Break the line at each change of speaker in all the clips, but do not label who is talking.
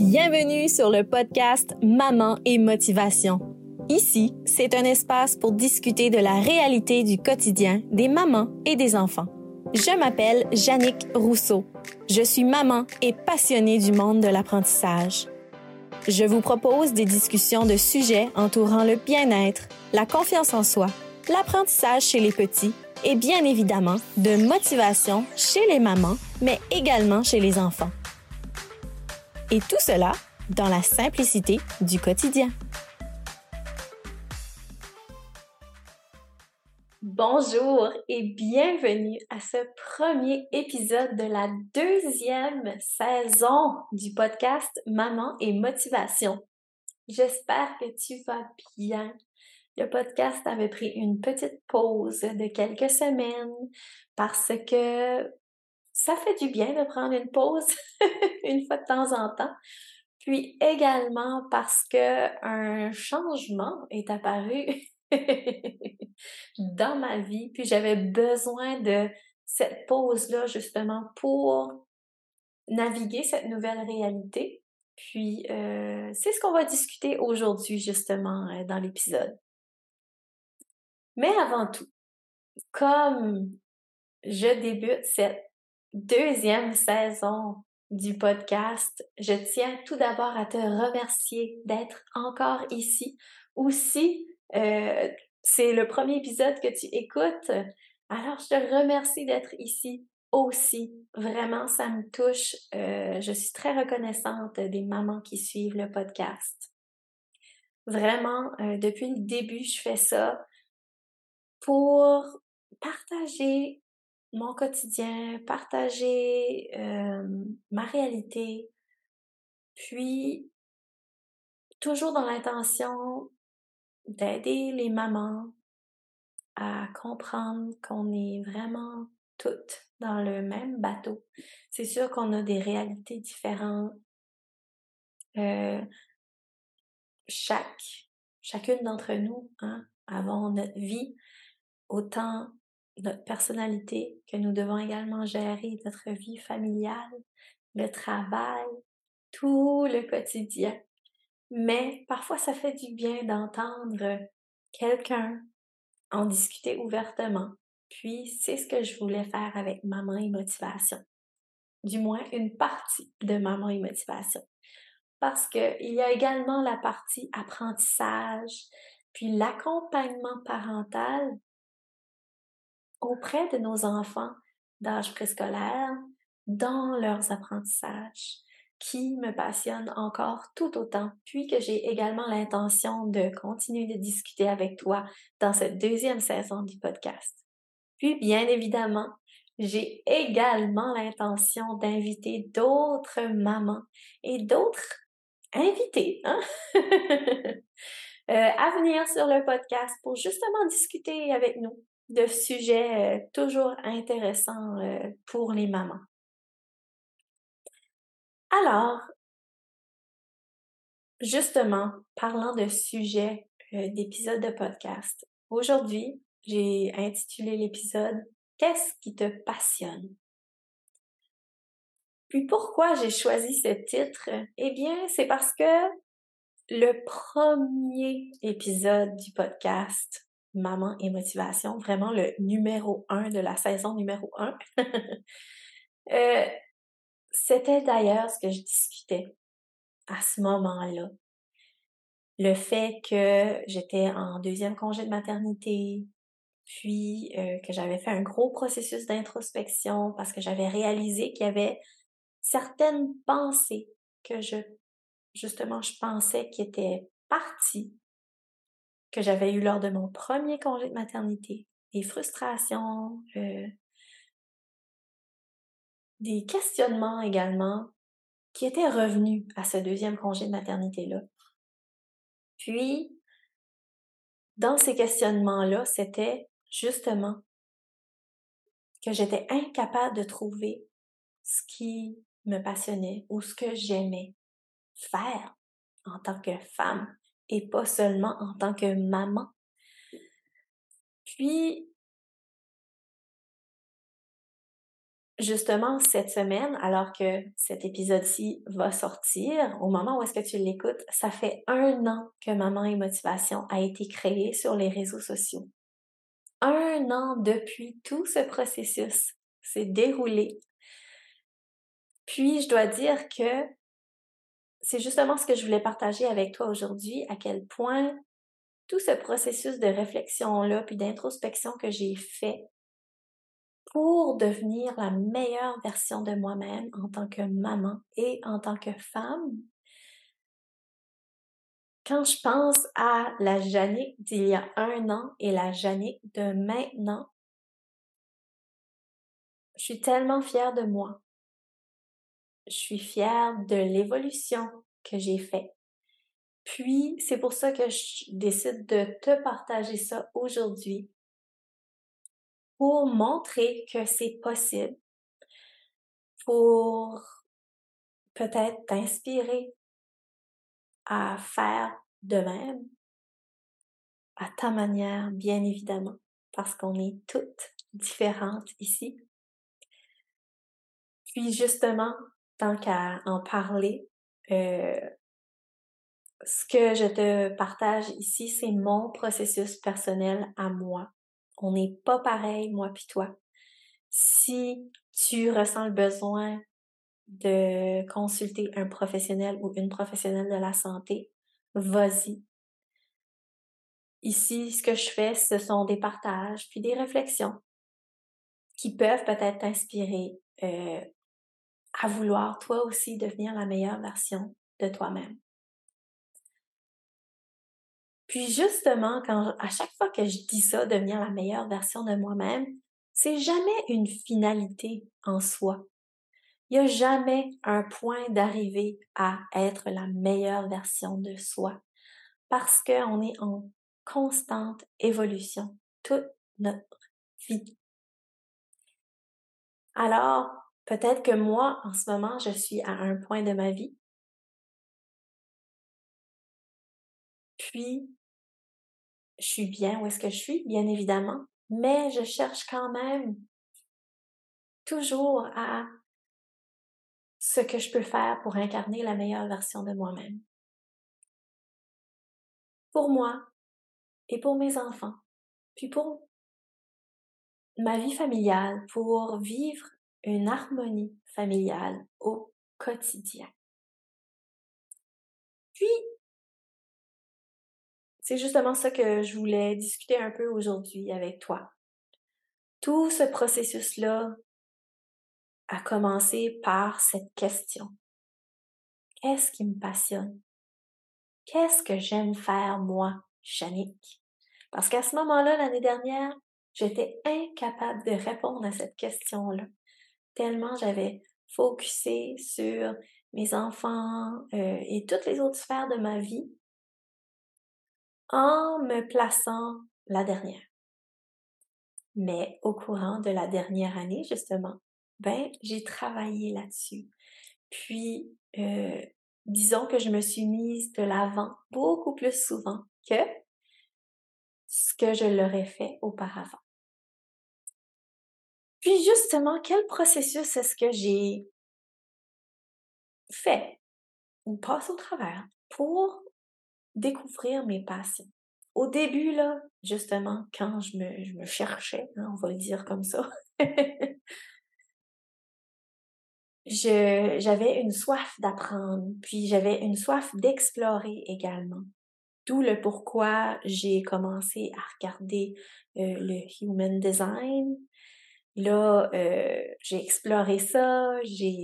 Bienvenue sur le podcast Maman et Motivation. Ici, c'est un espace pour discuter de la réalité du quotidien des mamans et des enfants. Je m'appelle Jannick Rousseau. Je suis maman et passionnée du monde de l'apprentissage. Je vous propose des discussions de sujets entourant le bien-être, la confiance en soi, l'apprentissage chez les petits et bien évidemment de motivation chez les mamans, mais également chez les enfants. Et tout cela dans la simplicité du quotidien. Bonjour et bienvenue à ce premier épisode de la deuxième saison du podcast Maman et Motivation. J'espère que tu vas bien. Le podcast avait pris une petite pause de quelques semaines parce que ça fait du bien de prendre une pause une fois de temps en temps. Puis également parce que un changement est apparu dans ma vie, puis j'avais besoin de cette pause-là justement pour naviguer cette nouvelle réalité. Puis c'est ce qu'on va discuter aujourd'hui justement dans l'épisode. Mais avant tout, comme je débute cette deuxième saison du podcast, je tiens tout d'abord à te remercier d'être encore ici. Aussi, c'est le premier épisode que tu écoutes, alors je te remercie d'être ici aussi. Vraiment, ça me touche. Je suis très reconnaissante des mamans qui suivent le podcast. Vraiment, depuis le début, je fais ça pour partager mon quotidien, partager ma réalité, puis toujours dans l'intention d'aider les mamans à comprendre qu'on est vraiment toutes dans le même bateau. C'est sûr qu'on a des réalités différentes. Chacune d'entre nous, avons notre vie, autant notre personnalité que nous devons également gérer notre vie familiale, le travail, tout le quotidien. Mais parfois, ça fait du bien d'entendre quelqu'un en discuter ouvertement. Puis, c'est ce que je voulais faire avec Maman et Motivation. Du moins, une partie de Maman et Motivation. Parce qu'il y a également la partie apprentissage, puis l'accompagnement parental auprès de nos enfants d'âge préscolaire dans leurs apprentissages qui me passionnent encore tout autant, puis que j'ai également l'intention de continuer de discuter avec toi dans cette deuxième saison du podcast. Puis, bien évidemment, j'ai également l'intention d'inviter d'autres mamans et d'autres invités à venir sur le podcast pour justement discuter avec nous de sujets toujours intéressants pour les mamans. Alors, justement, parlant de sujets d'épisodes de podcast, aujourd'hui, j'ai intitulé l'épisode « Qu'est-ce qui te passionne? » Puis pourquoi j'ai choisi ce titre? Eh bien, c'est parce que le premier épisode du podcast Maman et Motivation, vraiment le numéro 1 de la saison numéro 1, c'était d'ailleurs ce que je discutais à ce moment-là. Le fait que j'étais en deuxième congé de maternité, puis que j'avais fait un gros processus d'introspection parce que j'avais réalisé qu'il y avait certaines pensées que je pensais qui étaient parties, que j'avais eues lors de mon premier congé de maternité, des frustrations, des questionnements également qui étaient revenus à ce deuxième congé de maternité-là. Puis, dans ces questionnements-là, c'était justement que j'étais incapable de trouver ce qui me passionnait ou ce que j'aimais faire en tant que femme et pas seulement en tant que maman. Puis, justement, cette semaine, alors que cet épisode-ci va sortir, au moment où est-ce que tu l'écoutes, ça fait 1 an que Maman et Motivation a été créée sur les réseaux sociaux. 1 an depuis tout ce processus s'est déroulé. Puis, je dois dire que c'est justement ce que je voulais partager avec toi aujourd'hui, à quel point tout ce processus de réflexion-là, puis d'introspection que j'ai fait pour devenir la meilleure version de moi-même en tant que maman et en tant que femme. Quand je pense à la Jannick d'il y a 1 an et la Jannick de maintenant, je suis tellement fière de moi. Je suis fière de l'évolution que j'ai faite. Puis, c'est pour ça que je décide de te partager ça aujourd'hui, pour montrer que c'est possible, pour peut-être t'inspirer à faire de même, à ta manière, bien évidemment, parce qu'on est toutes différentes ici. Puis justement, tant qu'à en parler, ce que je te partage ici, c'est mon processus personnel à moi. On n'est pas pareil, moi puis toi. Si tu ressens le besoin de consulter un professionnel ou une professionnelle de la santé, vas-y. Ici, ce que je fais, ce sont des partages puis des réflexions qui peuvent peut-être t'inspirer à vouloir toi aussi devenir la meilleure version de toi-même. Puis justement, à chaque fois que je dis ça, devenir la meilleure version de moi-même, c'est jamais une finalité en soi. Il n'y a jamais un point d'arrivée à être la meilleure version de soi parce qu'on est en constante évolution toute notre vie. Alors, peut-être que moi, en ce moment, je suis à un point de ma vie, puis je suis bien où est-ce que je suis, bien évidemment, mais je cherche quand même toujours à ce que je peux faire pour incarner la meilleure version de moi-même. Pour moi et pour mes enfants, puis pour ma vie familiale, pour vivre une harmonie familiale au quotidien. Puis, c'est justement ça que je voulais discuter un peu aujourd'hui avec toi. Tout ce processus-là a commencé par cette question. Qu'est-ce qui me passionne? Qu'est-ce que j'aime faire, moi, Jannick? Parce qu'à ce moment-là, l'année dernière, j'étais incapable de répondre à cette question-là. Tellement j'avais focusé sur mes enfants et toutes les autres sphères de ma vie en me plaçant la dernière. Mais au courant de la dernière année, justement, j'ai travaillé là-dessus. Puis, disons que je me suis mise de l'avant beaucoup plus souvent que ce que je l'aurais fait auparavant. Puis justement, quel processus est-ce que j'ai fait ou passé au travers pour découvrir mes passions? Au début, là, justement, quand je me cherchais, hein, on va le dire comme ça, j'avais une soif d'apprendre, puis j'avais une soif d'explorer également. D'où le pourquoi j'ai commencé à regarder le Human Design. Là, j'ai exploré ça,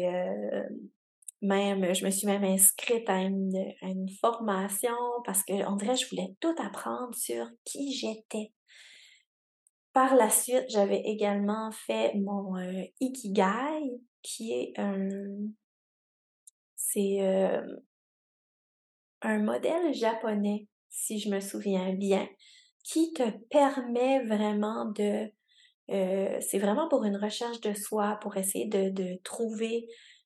je me suis même inscrite à une formation parce que on dirait que je voulais tout apprendre sur qui j'étais. Par la suite, j'avais également fait mon Ikigai, qui est c'est un modèle japonais, si je me souviens bien, qui te permet vraiment c'est vraiment pour une recherche de soi, pour essayer de trouver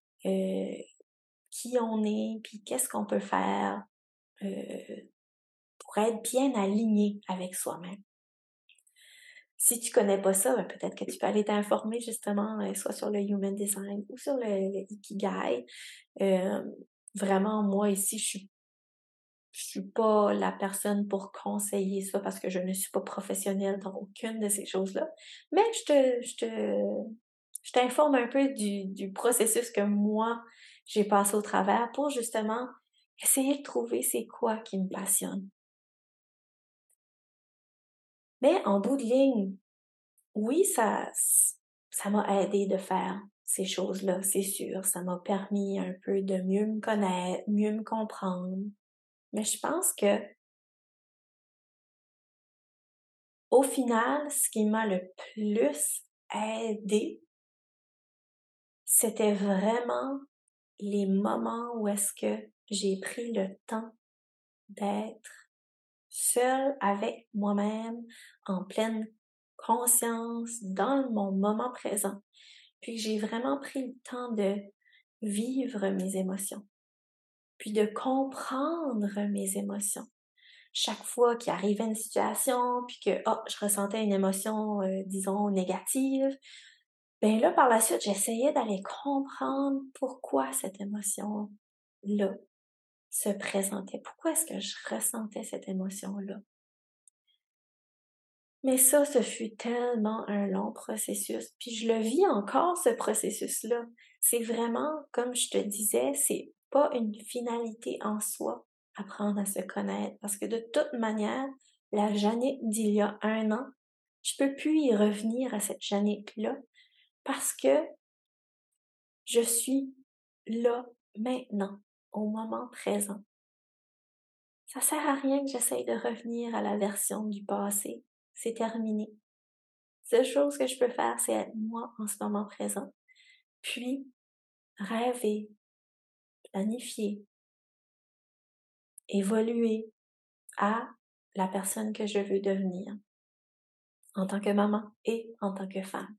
qui on est, puis qu'est-ce qu'on peut faire pour être bien aligné avec soi-même. Si tu connais pas ça, ben, peut-être que tu peux aller t'informer justement, soit sur le Human Design ou sur le Ikigai. Hem, Vraiment, moi ici, je suis pas la personne pour conseiller ça parce que je ne suis pas professionnelle dans aucune de ces choses-là. Mais je t'informe un peu du processus que moi, j'ai passé au travers pour justement essayer de trouver c'est quoi qui me passionne. Mais en bout de ligne, oui, ça m'a aidé de faire ces choses-là, c'est sûr. Ça m'a permis un peu de mieux me connaître, mieux me comprendre. Mais je pense que au final, ce qui m'a le plus aidé, c'était vraiment les moments où est-ce que j'ai pris le temps d'être seule avec moi-même, en pleine conscience, dans mon moment présent. Puis j'ai vraiment pris le temps de vivre mes émotions, puis de comprendre mes émotions. Chaque fois qu'il arrivait une situation, puis que je ressentais une émotion, disons, négative, ben là, par la suite, j'essayais d'aller comprendre pourquoi cette émotion-là se présentait. Pourquoi est-ce que je ressentais cette émotion-là? Mais ça, ce fut tellement un long processus. Puis je le vis encore, ce processus-là. C'est vraiment, comme je te disais, c'est pas une finalité en soi, apprendre à se connaître. Parce que de toute manière, la Jannick d'il y a 1 an, je peux plus y revenir à cette Jannick-là parce que je suis là, maintenant, au moment présent. Ça sert à rien que j'essaye de revenir à la version du passé. C'est terminé. Seule chose que je peux faire, c'est être moi en ce moment présent. Puis, rêver, planifier, évoluer à la personne que je veux devenir en tant que maman et en tant que femme.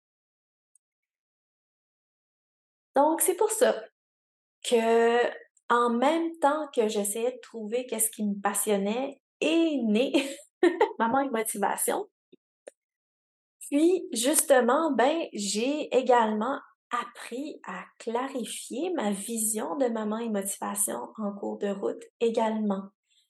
Donc, c'est pour ça que, en même temps que j'essayais de trouver qu'est-ce qui me passionnait, est née Maman et motivation. Puis, justement, ben, j'ai également appris à clarifier ma vision de maman et motivation en cours de route également.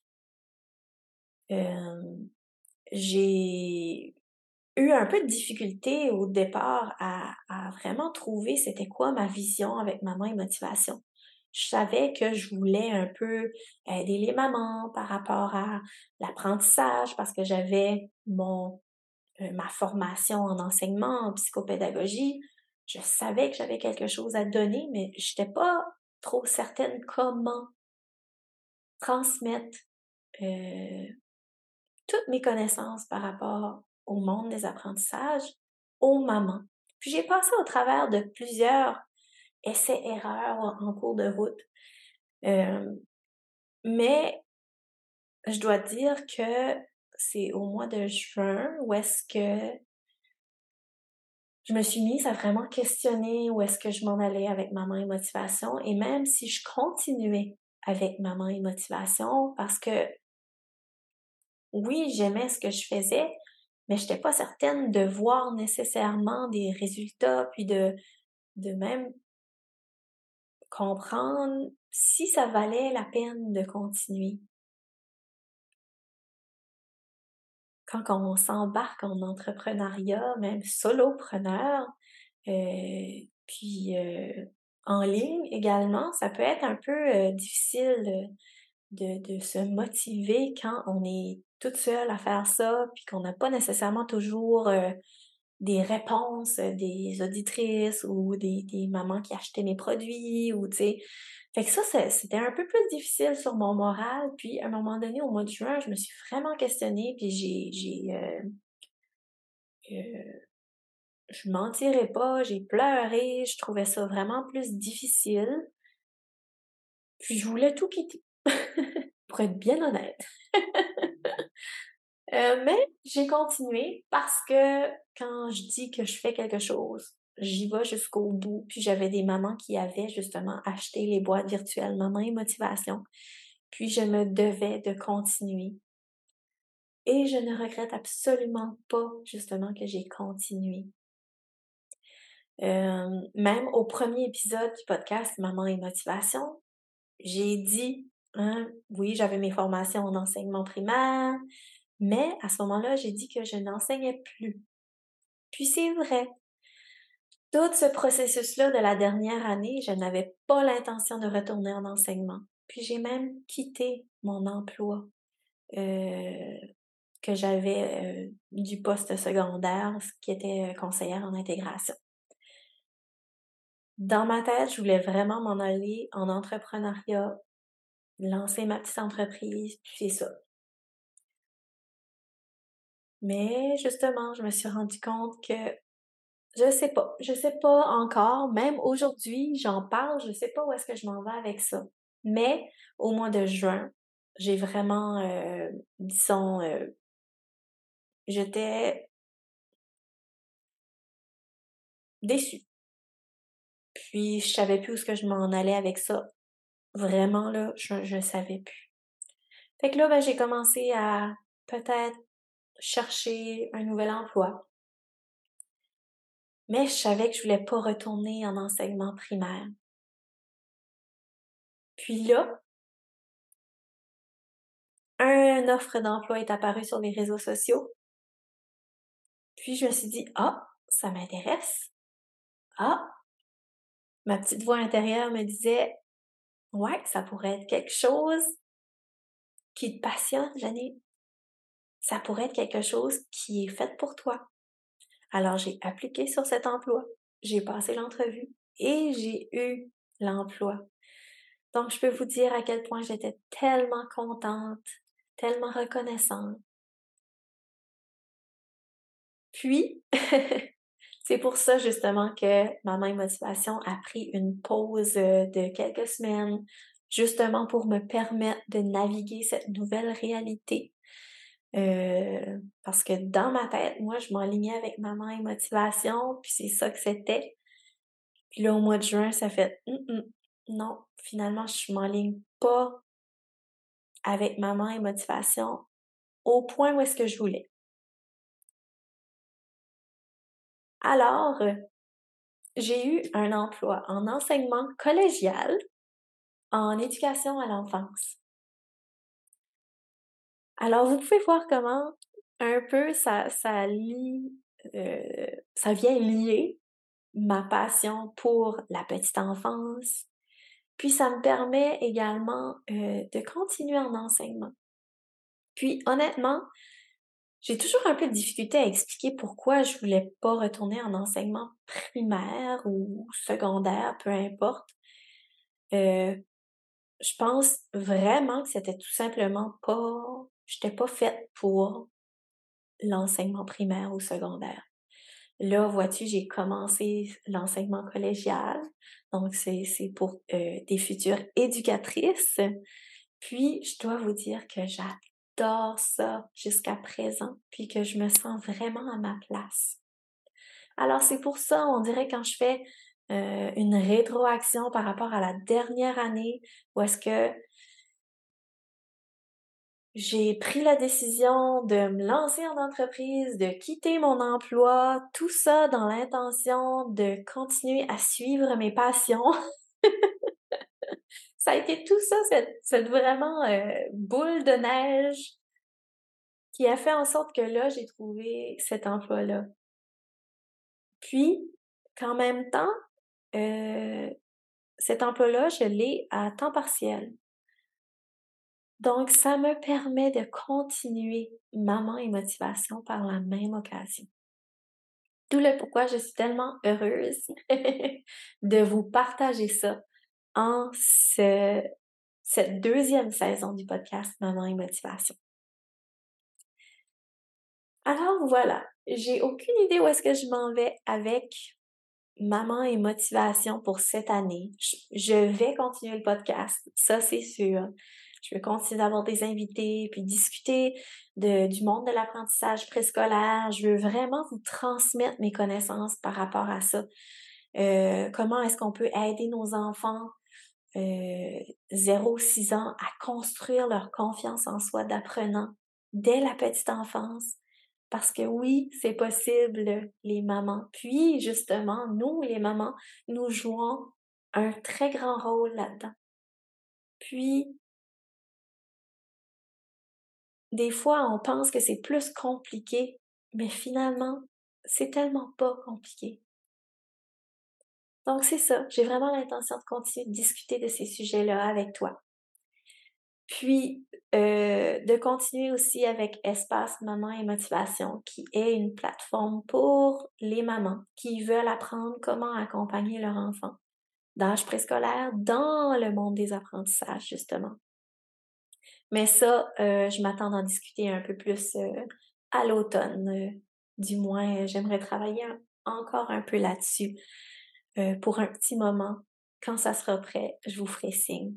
Hem, j'ai eu un peu de difficulté au départ à vraiment trouver c'était quoi ma vision avec maman et motivation. Je savais que je voulais un peu aider les mamans par rapport à l'apprentissage parce que j'avais ma formation en enseignement, en psychopédagogie. Je savais que j'avais quelque chose à donner, mais j'étais pas trop certaine comment transmettre, heu, toutes mes connaissances par rapport au monde des apprentissages aux mamans. Puis j'ai passé au travers de plusieurs essais-erreurs en cours de route, hem, mais je dois dire que c'est au mois de juin où est-ce que je me suis mise à vraiment questionner où est-ce que je m'en allais avec Maman et Motivation et même si je continuais avec Maman et Motivation parce que oui, j'aimais ce que je faisais, mais j'étais pas certaine de voir nécessairement des résultats, puis de même comprendre si ça valait la peine de continuer. Quand on s'embarque en entrepreneuriat, même solopreneur, puis en ligne également, ça peut être un peu difficile de se motiver quand on est toute seule à faire ça, puis qu'on n'a pas nécessairement toujours des réponses des auditrices ou des mamans qui achetaient mes produits ou tu sais. Fait que ça, c'était un peu plus difficile sur mon moral. Puis à un moment donné, au mois de juin, je me suis vraiment questionnée, puis euh, je mentirais pas, j'ai pleuré, je trouvais ça vraiment plus difficile. Puis je voulais tout quitter, pour être bien honnête. Mais j'ai continué parce que quand je dis que je fais quelque chose, j'y vais jusqu'au bout. Puis j'avais des mamans qui avaient justement acheté les boîtes virtuelles Maman et Motivation. Puis je me devais de continuer. Et je ne regrette absolument pas, justement, que j'ai continué. Même au premier épisode du podcast Maman et motivation, j'ai dit, hein, oui, j'avais mes formations en enseignement primaire, mais à ce moment-là, j'ai dit que je n'enseignais plus. Puis c'est vrai. Tout ce processus-là de la dernière année, je n'avais pas l'intention de retourner en enseignement. Puis j'ai même quitté mon emploi que j'avais du poste secondaire, ce qui était conseillère en intégration. Dans ma tête, je voulais vraiment m'en aller en entrepreneuriat, lancer ma petite entreprise, puis c'est ça. Mais justement, je me suis rendu compte que je sais pas encore, même aujourd'hui, j'en parle, je sais pas où est-ce que je m'en vais avec ça. Mais au mois de juin, j'ai vraiment, disons, j'étais déçue. Puis je savais plus où est-ce que je m'en allais avec ça. Vraiment là, je savais plus. Fait que là, ben, j'ai commencé à peut-être chercher un nouvel emploi. Mais je savais que je voulais pas retourner en enseignement primaire. Puis là, une offre d'emploi est apparue sur les réseaux sociaux. Puis je me suis dit: «Ah, ça m'intéresse. Ah!» Ma petite voix intérieure me disait: «Ouais, ça pourrait être quelque chose qui te passionne, Janine. Ça pourrait être quelque chose qui est fait pour toi». Alors j'ai appliqué sur cet emploi, j'ai passé l'entrevue et j'ai eu l'emploi. Donc je peux vous dire à quel point j'étais tellement contente, tellement reconnaissante. Puis, c'est pour ça justement que Maman et Motivation a pris une pause de quelques semaines, justement pour me permettre de naviguer cette nouvelle réalité. Parce que dans ma tête, moi, je m'enlignais avec Maman et Motivation, puis c'est ça que c'était. Puis là, au mois de juin, ça fait non, finalement, je m'enligne pas avec Maman et Motivation au point où est-ce que je voulais. Alors, j'ai eu un emploi en enseignement collégial en éducation à l'enfance. Alors, vous pouvez voir comment un peu ça vient lier ma passion pour la petite enfance, puis ça me permet également de continuer en enseignement. Puis honnêtement, j'ai toujours un peu de difficulté à expliquer pourquoi je voulais pas retourner en enseignement primaire ou secondaire, peu importe. Euh, je pense vraiment que c'était tout simplement pas, j'étais pas faite pour l'enseignement primaire ou secondaire. Là, vois-tu, j'ai commencé l'enseignement collégial, donc c'est pour des futures éducatrices. Puis, je dois vous dire que j'adore ça jusqu'à présent, puis que je me sens vraiment à ma place. Alors, c'est pour ça, on dirait quand je fais une rétroaction par rapport à la dernière année, où est-ce que j'ai pris la décision de me lancer en entreprise, de quitter mon emploi, tout ça dans l'intention de continuer à suivre mes passions. Ça a été tout ça, cette vraiment boule de neige qui a fait en sorte que là, j'ai trouvé cet emploi-là. Puis, qu'en même temps, euh, cet emploi-là, je l'ai à temps partiel. Donc, ça me permet de continuer Maman et Motivation par la même occasion. D'où le pourquoi je suis tellement heureuse de vous partager ça en cette deuxième saison du podcast Maman et Motivation. Alors voilà, j'ai aucune idée où est-ce que je m'en vais avec Maman et Motivation pour cette année. Je vais continuer le podcast, ça c'est sûr. Je vais continuer d'avoir des invités, puis discuter du monde de l'apprentissage préscolaire. Je veux vraiment vous transmettre mes connaissances par rapport à ça. Comment est-ce qu'on peut aider nos enfants 0-6 ans à construire leur confiance en soi d'apprenant dès la petite enfance. Parce que oui, c'est possible, les mamans. Puis, justement, nous, les mamans, nous jouons un très grand rôle là-dedans. Puis, des fois, on pense que c'est plus compliqué, mais finalement, c'est tellement pas compliqué. Donc, c'est ça. J'ai vraiment l'intention de continuer de discuter de ces sujets-là avec toi. Puis, de continuer aussi avec Espace Maman et Motivation, qui est une plateforme pour les mamans qui veulent apprendre comment accompagner leur enfant d'âge préscolaire dans le monde des apprentissages, justement. Mais ça, je m'attends d'en discuter un peu plus à l'automne. Du moins, j'aimerais travailler encore un peu là-dessus pour un petit moment. Quand ça sera prêt, je vous ferai signe.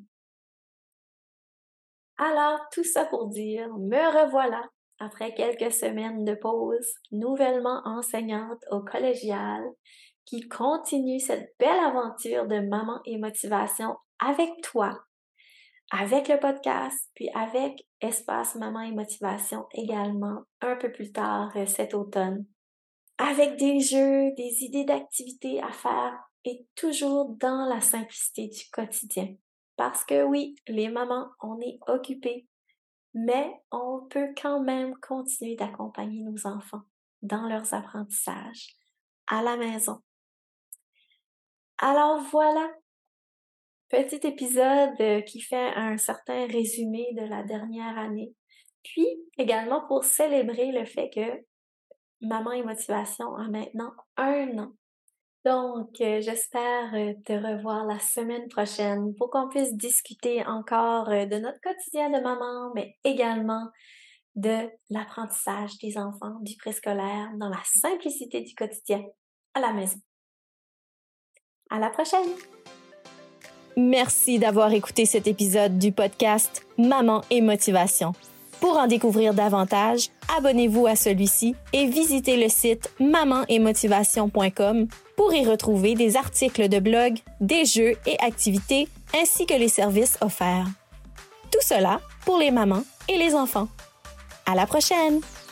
Alors, tout ça pour dire, me revoilà après quelques semaines de pause, nouvellement enseignante au collégial, qui continue cette belle aventure de maman et motivation avec toi, avec le podcast, puis avec Espace Maman et Motivation également, un peu plus tard cet automne, avec des jeux, des idées d'activités à faire et toujours dans la simplicité du quotidien. Parce que oui, les mamans, on est occupées, mais on peut quand même continuer d'accompagner nos enfants dans leurs apprentissages à la maison. Alors voilà, petit épisode qui fait un certain résumé de la dernière année. Puis également pour célébrer le fait que Maman et Motivation a maintenant 1 an. Donc, j'espère te revoir la semaine prochaine pour qu'on puisse discuter encore de notre quotidien de maman, mais également de l'apprentissage des enfants du préscolaire dans la simplicité du quotidien à la maison. À la prochaine!
Merci d'avoir écouté cet épisode du podcast Maman et Motivation. Pour en découvrir davantage, abonnez-vous à celui-ci et visitez le site mamanetmotivation.com pour y retrouver des articles de blog, des jeux et activités, ainsi que les services offerts. Tout cela pour les mamans et les enfants. À la prochaine!